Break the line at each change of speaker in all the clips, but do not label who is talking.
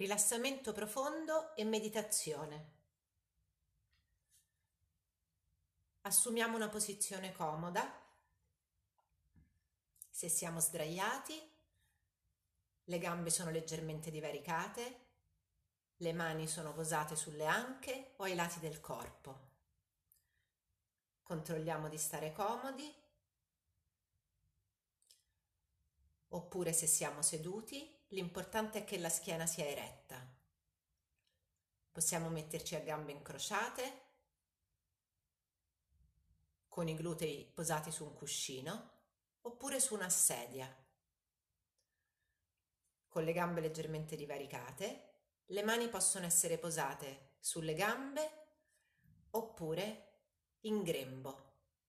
rilassamento profondo e meditazione. Assumiamo una posizione comoda. Se siamo sdraiati, le gambe sono leggermente divaricate, le mani sono posate sulle anche o ai lati del corpo. Controlliamo di stare comodi, oppure se siamo seduti, l'importante è che la schiena sia eretta. Possiamo metterci a gambe incrociate, con i glutei posati su un cuscino, oppure su una sedia. Con le gambe leggermente divaricate, le mani possono essere posate sulle gambe oppure in grembo.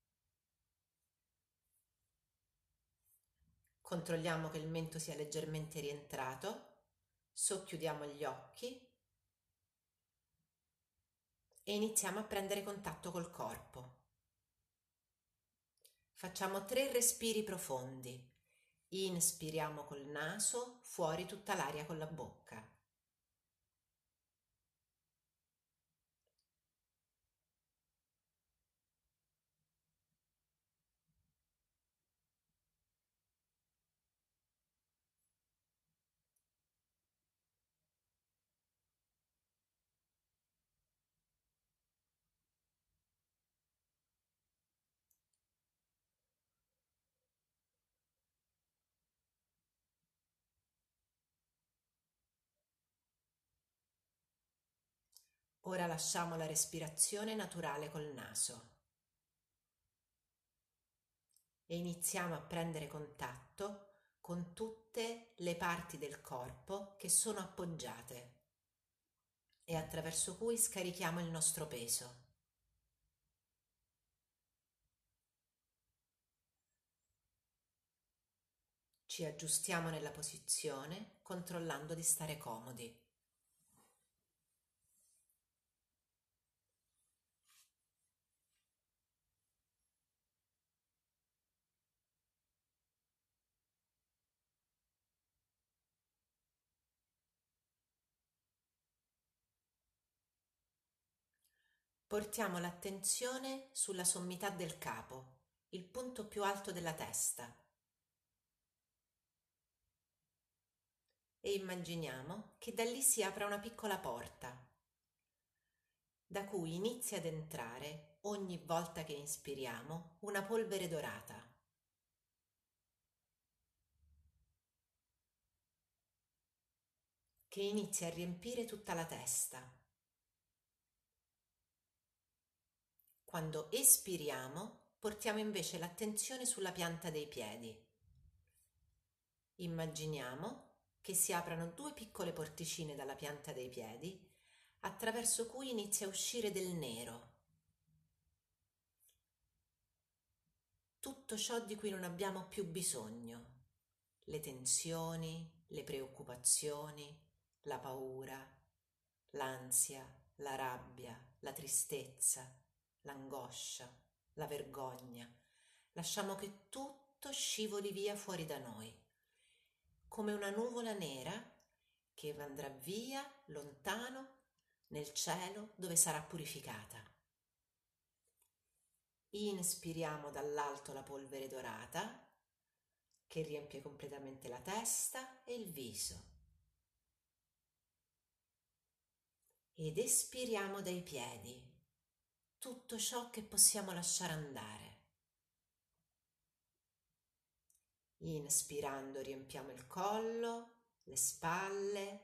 Controlliamo che il mento sia leggermente rientrato, socchiudiamo gli occhi e iniziamo a prendere contatto col corpo. Facciamo 3 respiri profondi. Inspiriamo col naso, fuori tutta l'aria con la bocca. Ora lasciamo la respirazione naturale col naso e iniziamo a prendere contatto con tutte le parti del corpo che sono appoggiate e attraverso cui scarichiamo il nostro peso. Ci aggiustiamo nella posizione controllando di stare comodi. Portiamo l'attenzione sulla sommità del capo, il punto più alto della testa, e immaginiamo che da lì si apra una piccola porta, da cui inizia ad entrare ogni volta che inspiriamo una polvere dorata. Che inizia a riempire tutta la testa. Quando espiriamo, portiamo invece l'attenzione sulla pianta dei piedi. Immaginiamo che si aprano 2 piccole porticine dalla pianta dei piedi, attraverso cui inizia a uscire del nero. Tutto ciò di cui non abbiamo più bisogno. Le tensioni, le preoccupazioni, la paura, l'ansia, la rabbia, la tristezza, l'angoscia, la vergogna. Lasciamo che tutto scivoli via fuori da noi, come una nuvola nera che andrà via lontano nel cielo dove sarà purificata. Inspiriamo dall'alto la polvere dorata che riempie completamente la testa e il viso. Ed espiriamo dai piedi tutto ciò che possiamo lasciare andare. Inspirando riempiamo il collo, le spalle,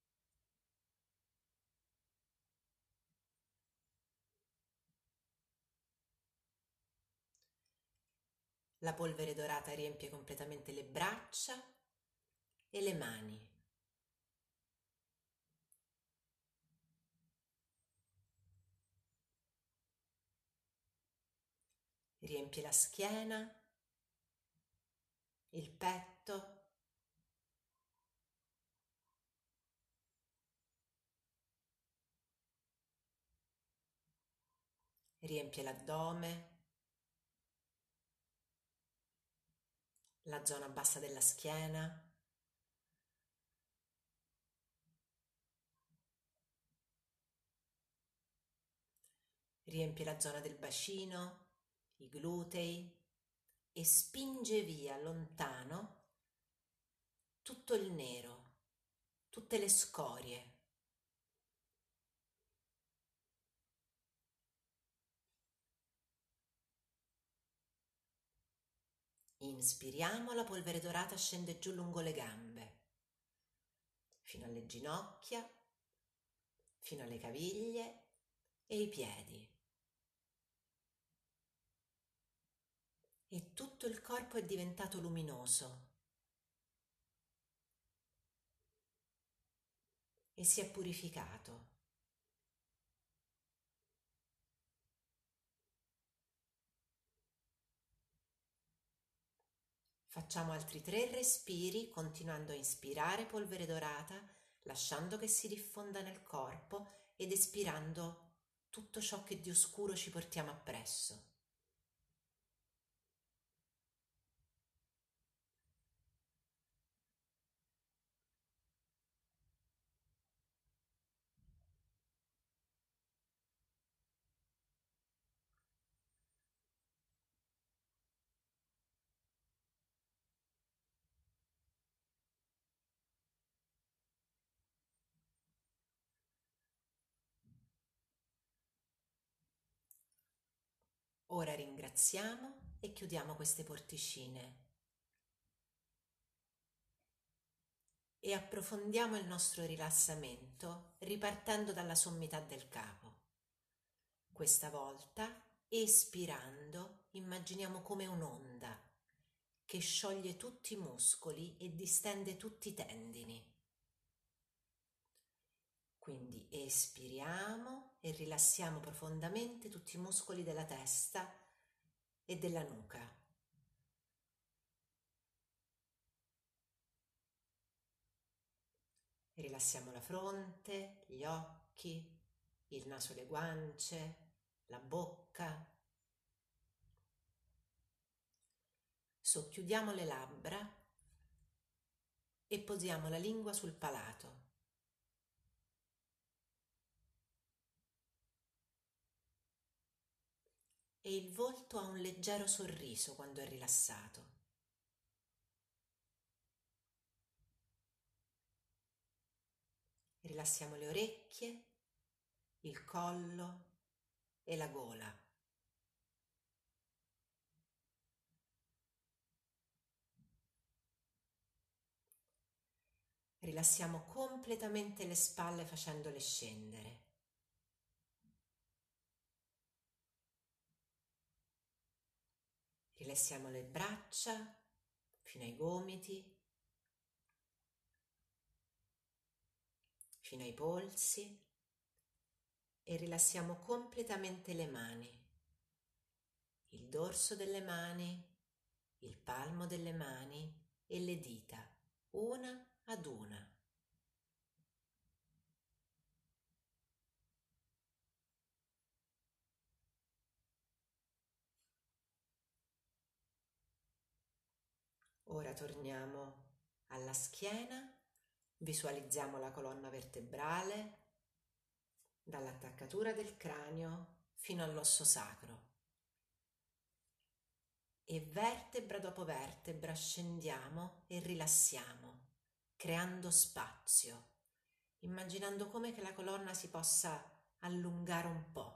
la polvere dorata riempie completamente le braccia e le mani. Riempie la schiena, il petto, riempie l'addome, la zona bassa della schiena, riempie la zona del bacino, i glutei e spinge via lontano tutto il nero, tutte le scorie. Inspiriamo, la polvere dorata scende giù lungo le gambe, fino alle ginocchia, fino alle caviglie e i piedi. E tutto il corpo è diventato luminoso e si è purificato. Facciamo altri 3 respiri, continuando a inspirare polvere dorata, lasciando che si diffonda nel corpo ed espirando tutto ciò che di oscuro ci portiamo appresso. Ora ringraziamo e chiudiamo queste porticine e approfondiamo il nostro rilassamento ripartendo dalla sommità del capo. Questa volta, espirando, immaginiamo come un'onda che scioglie tutti i muscoli e distende tutti i tendini. Quindi espiriamo e rilassiamo profondamente tutti i muscoli della testa e della nuca. Rilassiamo la fronte, gli occhi, il naso e le guance, la bocca. Socchiudiamo le labbra e posiamo la lingua sul palato. E il volto ha un leggero sorriso quando è rilassato. Rilassiamo le orecchie, il collo e la gola. Rilassiamo completamente le spalle facendole scendere. Rilassiamo le braccia fino ai gomiti, fino ai polsi e rilassiamo completamente le mani, il dorso delle mani, il palmo delle mani e le dita, una ad una. Ora torniamo alla schiena, visualizziamo la colonna vertebrale dall'attaccatura del cranio fino all'osso sacro e vertebra dopo vertebra scendiamo e rilassiamo, creando spazio, immaginando come che la colonna si possa allungare un po'.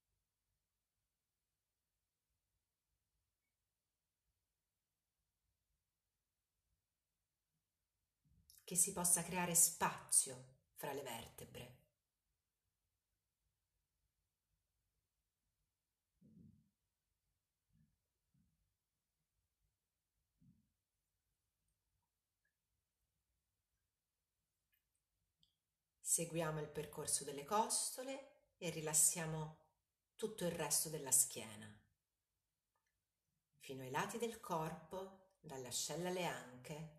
Che si possa creare spazio fra le vertebre. Seguiamo il percorso delle costole e rilassiamo tutto il resto della schiena, fino ai lati del corpo, dalle ascelle alle anche,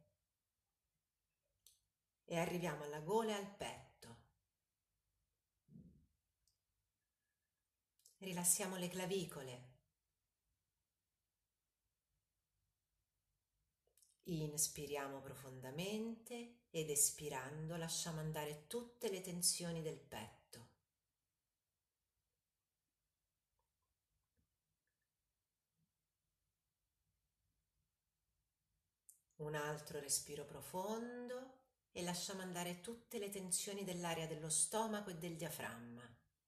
e arriviamo alla gola e al petto. Rilassiamo le clavicole. Inspiriamo profondamente ed espirando lasciamo andare tutte le tensioni del petto. Un altro respiro profondo e lasciamo andare tutte le tensioni dell'area dello stomaco e del diaframma.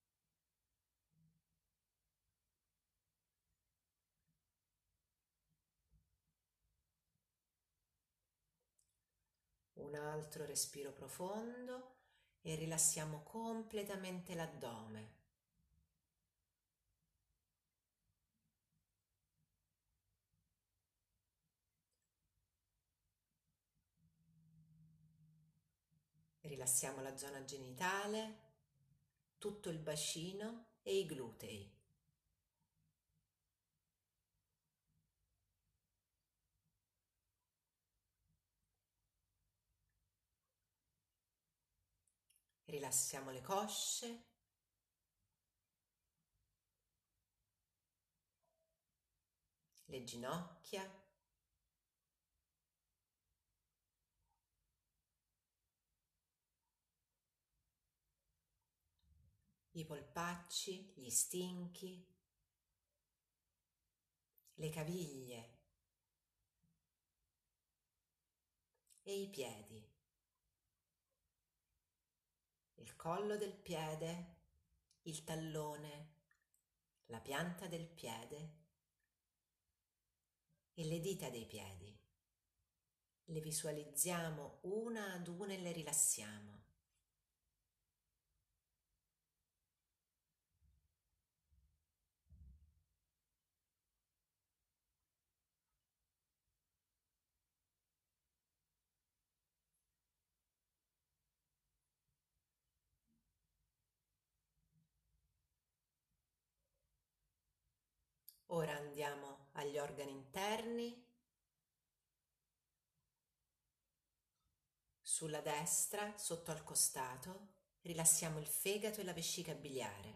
Un altro respiro profondo e rilassiamo completamente l'addome. Rilassiamo la zona genitale, tutto il bacino e i glutei. Rilassiamo le cosce, le ginocchia, i polpacci, gli stinchi, le caviglie e i piedi, il collo del piede, il tallone, la pianta del piede e le dita dei piedi. Le visualizziamo una ad una e le rilassiamo. Ora andiamo agli organi interni. Sulla destra, sotto al costato, rilassiamo il fegato e la vescica biliare.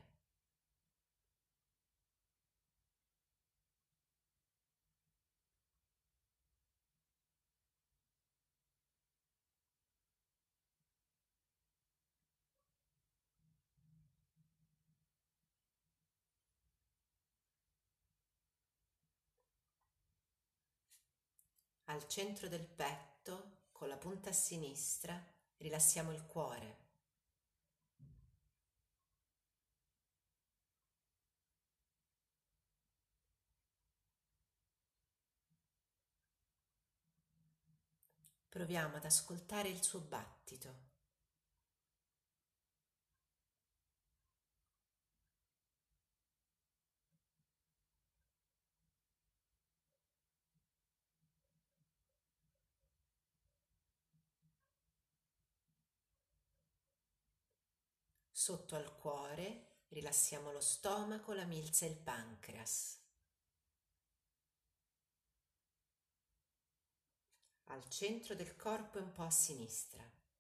Al centro del petto, con la punta a sinistra, rilassiamo il cuore. Proviamo ad ascoltare il suo battito. Sotto al cuore rilassiamo lo stomaco, la milza e il pancreas. Al centro del corpo e un po' a sinistra.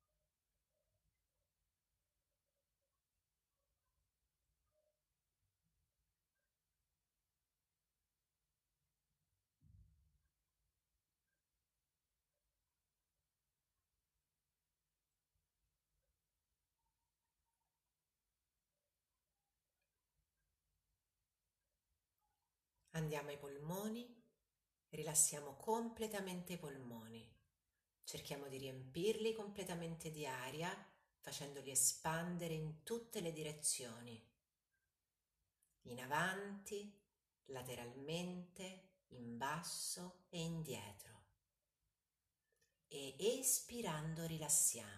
Andiamo ai polmoni, rilassiamo completamente i polmoni. Cerchiamo di riempirli completamente di aria, facendoli espandere in tutte le direzioni. In avanti, lateralmente, in basso e indietro. E espirando rilassiamo.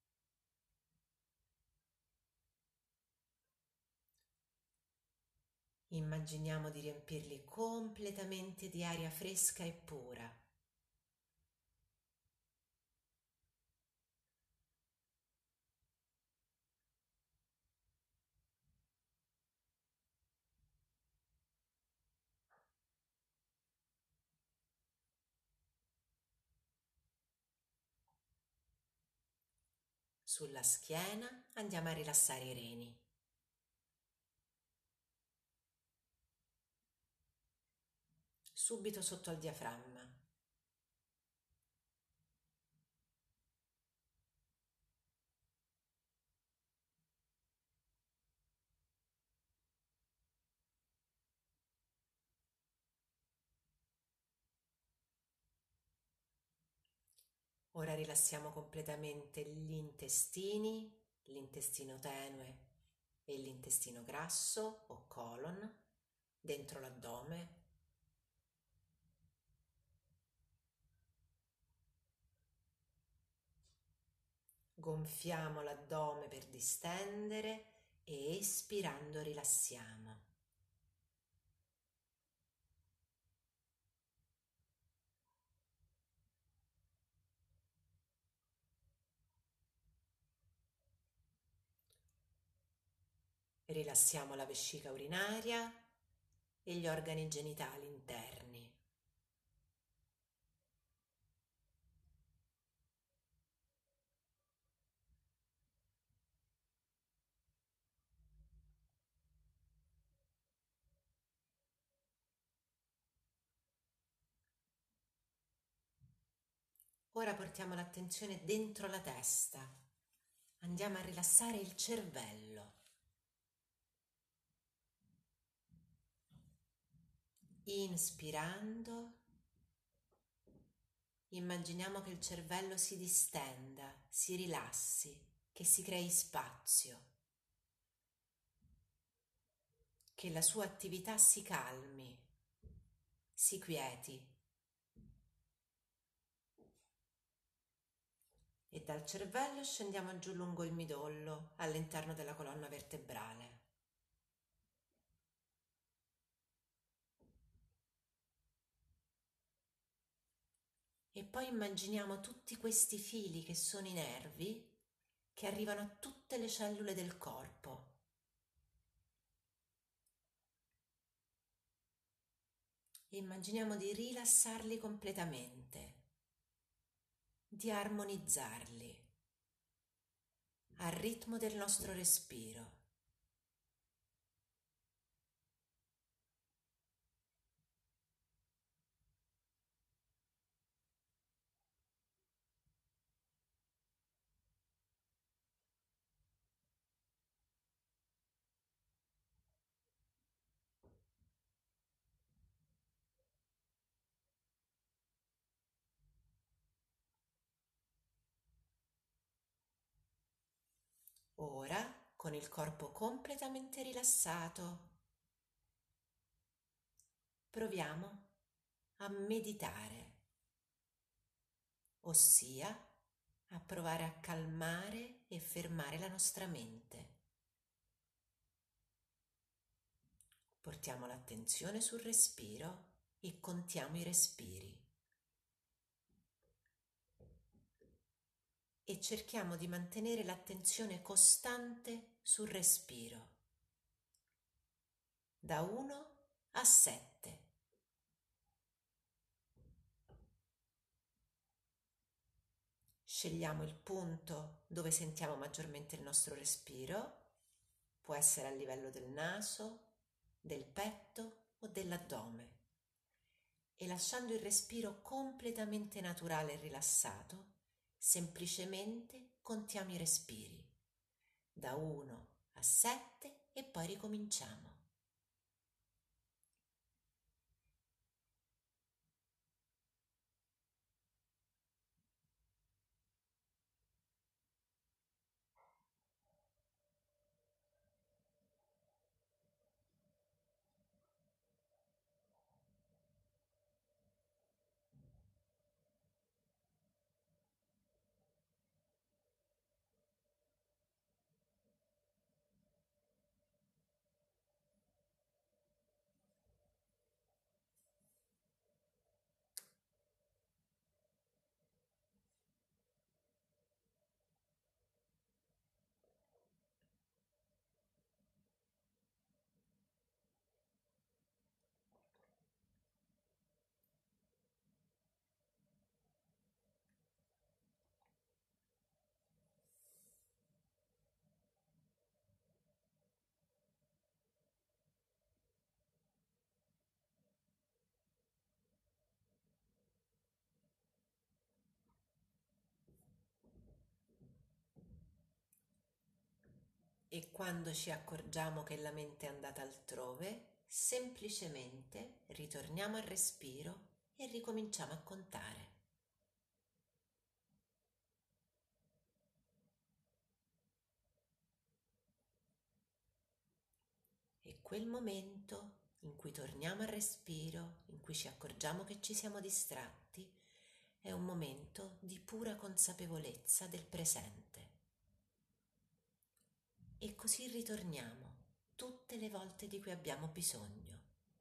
Immaginiamo di riempirli completamente di aria fresca e pura. Sulla schiena andiamo a rilassare i reni. Subito sotto al diaframma. Ora rilassiamo completamente gli intestini, l'intestino tenue e l'intestino grasso o colon dentro l'addome. Gonfiamo l'addome per distendere e espirando rilassiamo. Rilassiamo la vescica urinaria e gli organi genitali interni. Ora portiamo l'attenzione dentro la testa. Andiamo a rilassare il cervello. Inspirando, immaginiamo che il cervello si distenda, si rilassi, che si crei spazio, che la sua attività si calmi, si quieti. E dal cervello scendiamo giù lungo il midollo, all'interno della colonna vertebrale. E poi immaginiamo tutti questi fili che sono i nervi che arrivano a tutte le cellule del corpo. E immaginiamo di rilassarli completamente, di armonizzarli al ritmo del nostro respiro. Ora, con il corpo completamente rilassato, proviamo a meditare, ossia a provare a calmare e fermare la nostra mente. Portiamo l'attenzione sul respiro e contiamo i respiri. E cerchiamo di mantenere l'attenzione costante sul respiro. Da 1 a 7. Scegliamo il punto dove sentiamo maggiormente il nostro respiro. Può essere a livello del naso, del petto o dell'addome. E lasciando il respiro completamente naturale e rilassato, semplicemente contiamo i respiri. Da 1 a 7 e poi ricominciamo. E quando ci accorgiamo che la mente è andata altrove, semplicemente ritorniamo al respiro e ricominciamo a contare. E quel momento in cui torniamo al respiro, in cui ci accorgiamo che ci siamo distratti, è un momento di pura consapevolezza del presente. E così ritorniamo tutte le volte di cui abbiamo bisogno.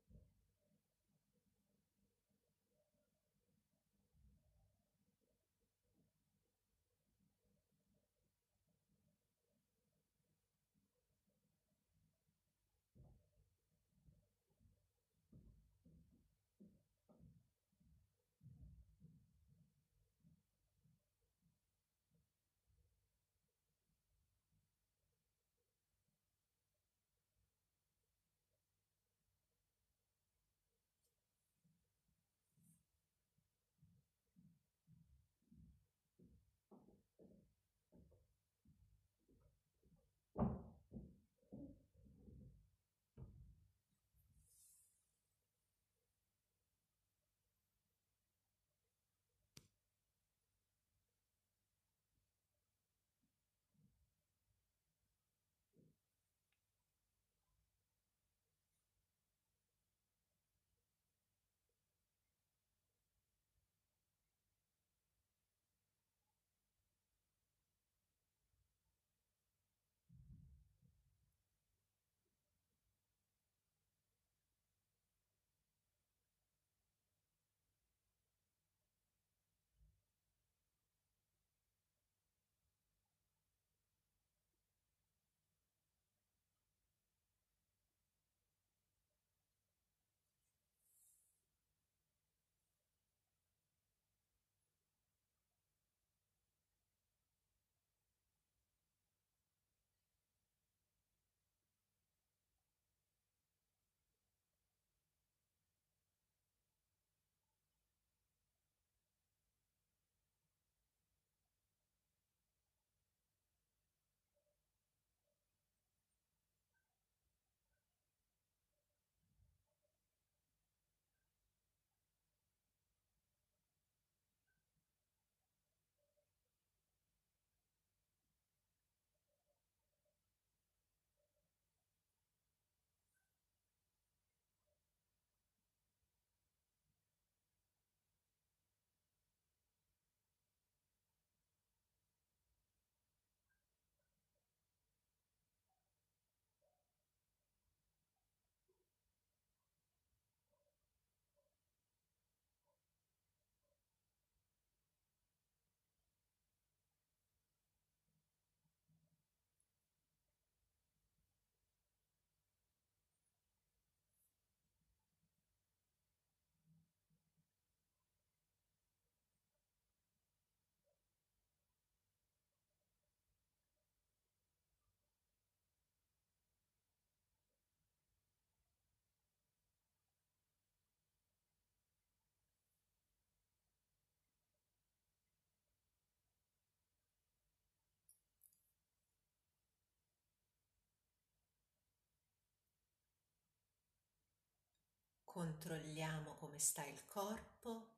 Controlliamo come sta il corpo,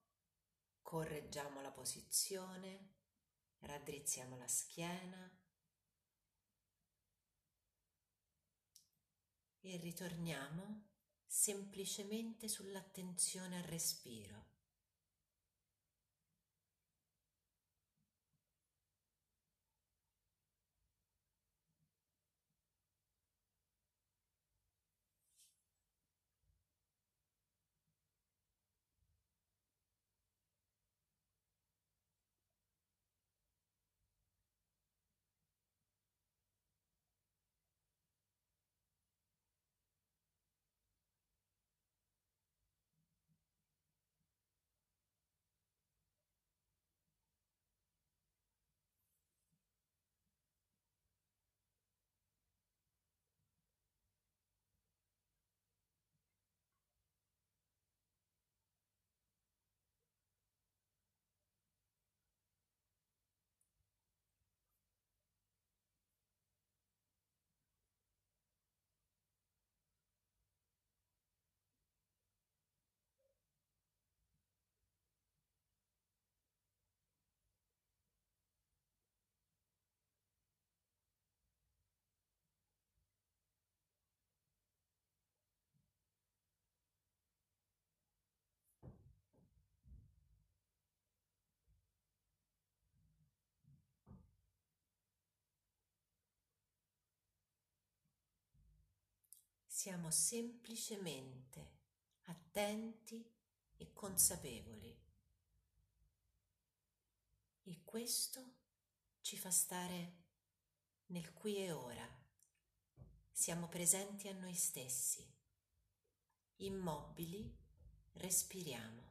correggiamo la posizione, raddrizziamo la schiena e ritorniamo semplicemente sull'attenzione al respiro. Siamo semplicemente attenti e consapevoli. E questo ci fa stare nel qui e ora. Siamo presenti a noi stessi. Immobili, respiriamo.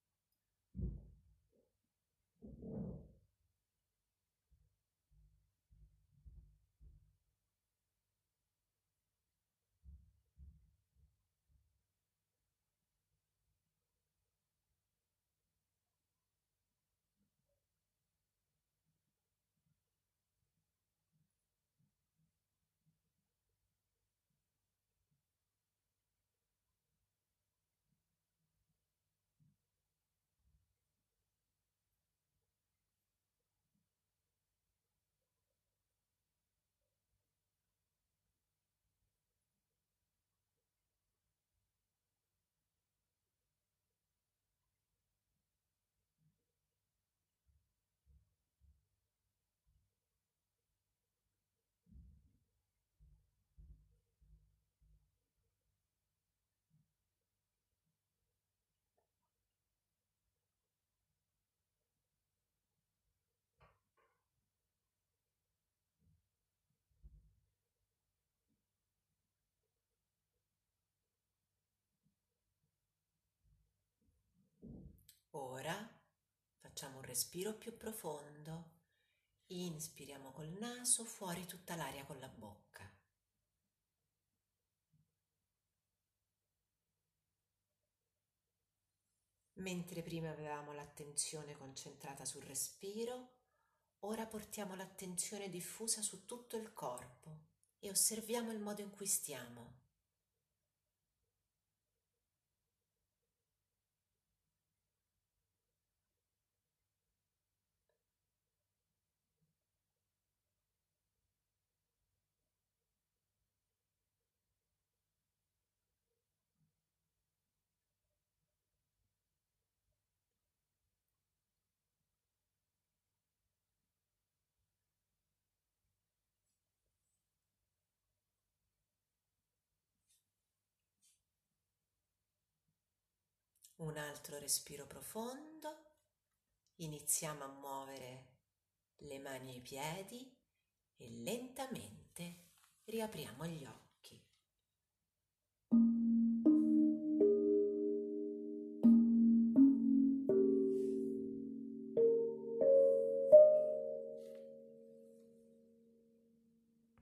Ora facciamo un respiro più profondo. Inspiriamo col naso, fuori tutta l'aria con la bocca. Mentre prima avevamo l'attenzione concentrata sul respiro, ora portiamo l'attenzione diffusa su tutto il corpo e osserviamo il modo in cui stiamo. Un altro respiro profondo. Iniziamo a muovere le mani e i piedi e lentamente riapriamo gli occhi.